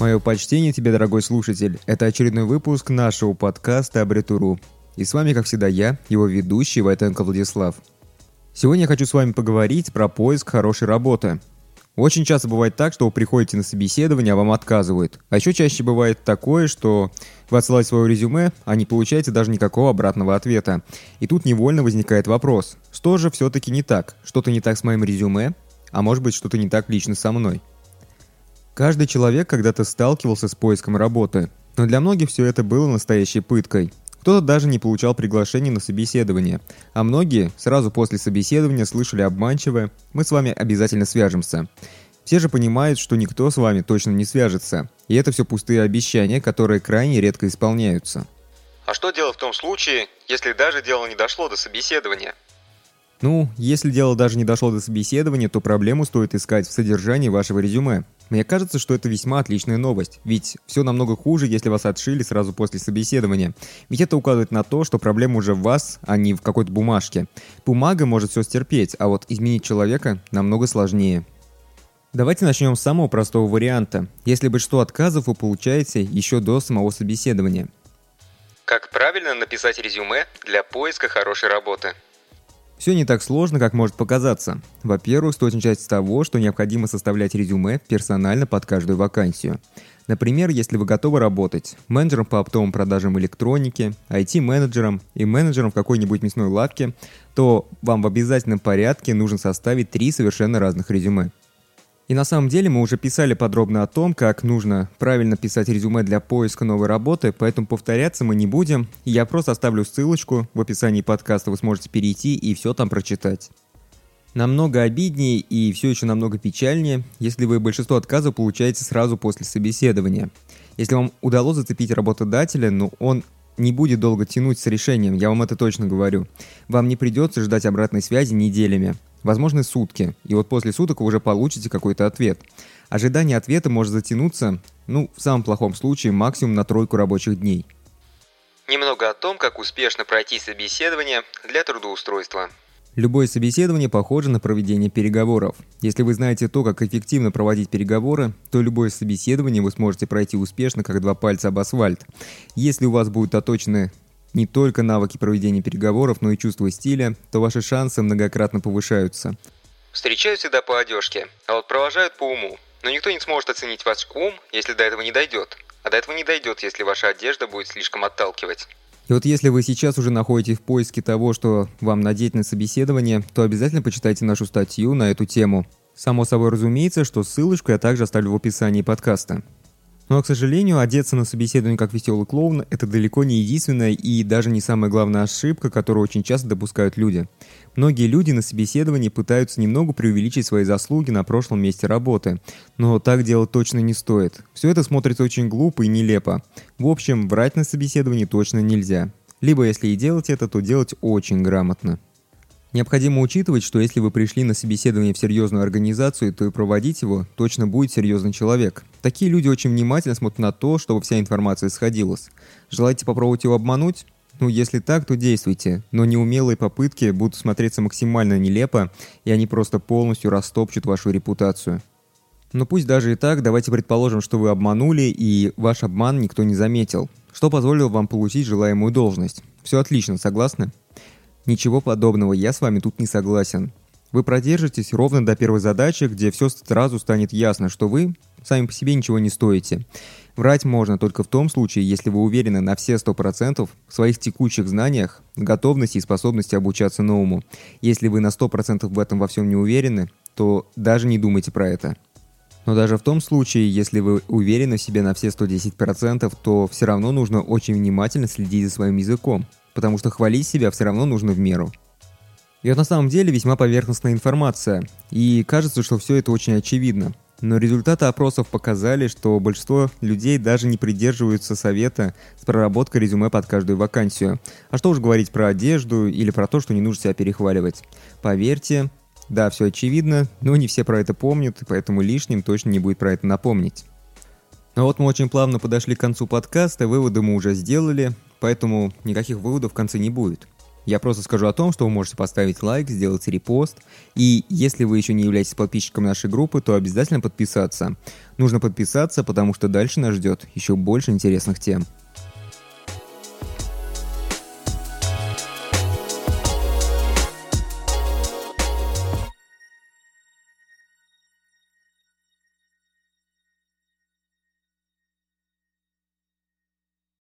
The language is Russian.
Мое почтение тебе, дорогой слушатель. Это очередной выпуск нашего подкаста «Абритуру». И с вами, как всегда, я, его ведущий Войтенко Владислав. Сегодня я хочу с вами поговорить про поиск хорошей работы. Очень часто бывает так, что вы приходите на собеседование, а вам отказывают. А еще чаще бывает такое, что вы отсылаете свое резюме, а не получаете даже никакого обратного ответа. И тут невольно возникает вопрос, что же все-таки не так? Что-то не так с моим резюме? А может быть, что-то не так лично со мной? Каждый человек когда-то сталкивался с поиском работы, но для многих все это было настоящей пыткой. Кто-то даже не получал приглашение на собеседование, а многие сразу после собеседования слышали обманчивое «мы с вами обязательно свяжемся». Все же понимают, что никто с вами точно не свяжется, и это все пустые обещания, которые крайне редко исполняются. А что делать в том случае, если даже дело не дошло до собеседования? Если дело даже не дошло до собеседования, то проблему стоит искать в содержании вашего резюме. Мне кажется, что это весьма отличная новость, ведь все намного хуже, если вас отшили сразу после собеседования. Ведь это указывает на то, что проблема уже в вас, а не в какой-то бумажке. Бумага может все стерпеть, а вот изменить человека намного сложнее. Давайте начнем с самого простого варианта. Если большинство отказов вы получаете еще до самого собеседования. Как правильно написать резюме для поиска хорошей работы? Все не так сложно, как может показаться. Во-первых, стоит начать с того, что необходимо составлять резюме персонально под каждую вакансию. Например, если вы готовы работать менеджером по оптовым продажам электроники, IT-менеджером и менеджером в какой-нибудь мясной лавке, то вам в обязательном порядке нужно составить 3 совершенно разных резюме. И на самом деле мы уже писали подробно о том, как нужно правильно писать резюме для поиска новой работы, поэтому повторяться мы не будем. Я просто оставлю ссылочку в описании подкаста, вы сможете перейти и все там прочитать. Намного обиднее и все еще намного печальнее, если вы большинство отказов получаете сразу после собеседования. Если вам удалось зацепить работодателя, но он не будет долго тянуть с решением, я вам это точно говорю. Вам не придется ждать обратной связи неделями. Возможно, сутки, и вот после суток вы уже получите какой-то ответ. Ожидание ответа может затянуться, в самом плохом случае, максимум на 3 рабочих дней. Немного о том, как успешно пройти собеседование для трудоустройства. Любое собеседование похоже на проведение переговоров. Если вы знаете то, как эффективно проводить переговоры, то любое собеседование вы сможете пройти успешно, как 2 пальца об асфальт. Если у вас будут оточены не только навыки проведения переговоров, но и чувство стиля, то ваши шансы многократно повышаются. Встречают всегда по одежке, а вот провожают по уму. Но никто не сможет оценить ваш ум, если до этого не дойдет. А до этого не дойдет, если ваша одежда будет слишком отталкивать. И вот если вы сейчас уже находитесь в поиске того, что вам надеть на собеседование, то обязательно почитайте нашу статью на эту тему. Само собой разумеется, что ссылочку я также оставлю в описании подкаста. Но, к сожалению, одеться на собеседование как веселый клоун – это далеко не единственная и даже не самая главная ошибка, которую очень часто допускают люди. Многие люди на собеседовании пытаются немного преувеличить свои заслуги на прошлом месте работы, но так делать точно не стоит. Все это смотрится очень глупо и нелепо. В общем, врать на собеседовании точно нельзя. Либо если и делать это, то делать очень грамотно. Необходимо учитывать, что если вы пришли на собеседование в серьезную организацию, то и проводить его точно будет серьезный человек. Такие люди очень внимательно смотрят на то, чтобы вся информация сходилась. Желаете попробовать его обмануть? Если так, то действуйте, но неумелые попытки будут смотреться максимально нелепо, и они просто полностью растопчут вашу репутацию. Но пусть даже и так, давайте предположим, что вы обманули, и ваш обман никто не заметил. Что позволило вам получить желаемую должность? Все отлично, согласны? Ничего подобного, я с вами тут не согласен. Вы продержитесь ровно до первой задачи, где все сразу станет ясно, что вы сами по себе ничего не стоите. Врать можно только в том случае, если вы уверены на все 100% в своих текущих знаниях, готовности и способности обучаться новому. Если вы на 100% в этом во всем не уверены, то даже не думайте про это. Но даже в том случае, если вы уверены в себе на все 110%, то все равно нужно очень внимательно следить за своим языком. Потому что хвалить себя все равно нужно в меру. И это на самом деле весьма поверхностная информация, и кажется, что все это очень очевидно. Но результаты опросов показали, что большинство людей даже не придерживаются совета с проработкой резюме под каждую вакансию. А что уж говорить про одежду или про то, что не нужно себя перехваливать. Поверьте, да, все очевидно, но не все про это помнят, поэтому лишним точно не будет про это напомнить. Но вот мы очень плавно подошли к концу подкаста, выводы мы уже сделали, поэтому никаких выводов в конце не будет. Я просто скажу о том, что вы можете поставить лайк, сделать репост. И если вы еще не являетесь подписчиком нашей группы, то обязательно подписаться. Нужно подписаться, потому что дальше нас ждет еще больше интересных тем.